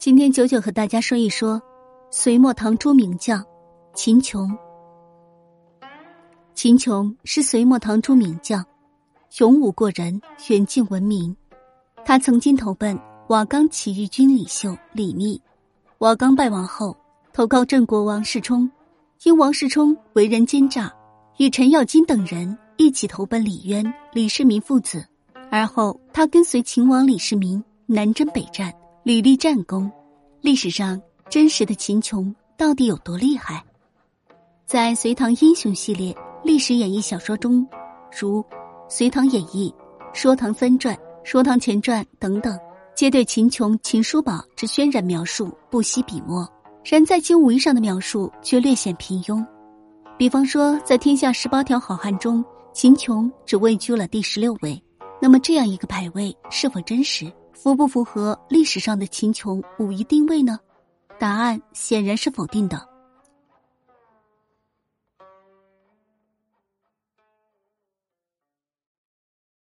今天九九和大家说一说隋末唐朱名将秦琼。秦琼是隋末唐朱名将，勇武过人，远近闻名。他曾经投奔瓦岗起义军领袖李密，瓦岗败亡后投靠郑国王世充，因王世充为人奸诈，与陈耀金等人一起投奔李渊、李世民父子。而后他跟随秦王李世民南征北战，屡立战功。历史上真实的秦琼到底有多厉害？在隋唐英雄系列历史演义小说中，如《隋唐演义》《说唐分传》《说唐前传》等等，皆对秦琼、秦叔宝之渲染描述不惜笔墨，然在其武艺上的描述却略显平庸。比方说，在天下18条好汉中，秦琼只位居了第16位。那么这样一个排位是否真实？符不符合历史上的秦琼武艺定位呢？答案显然是否定的。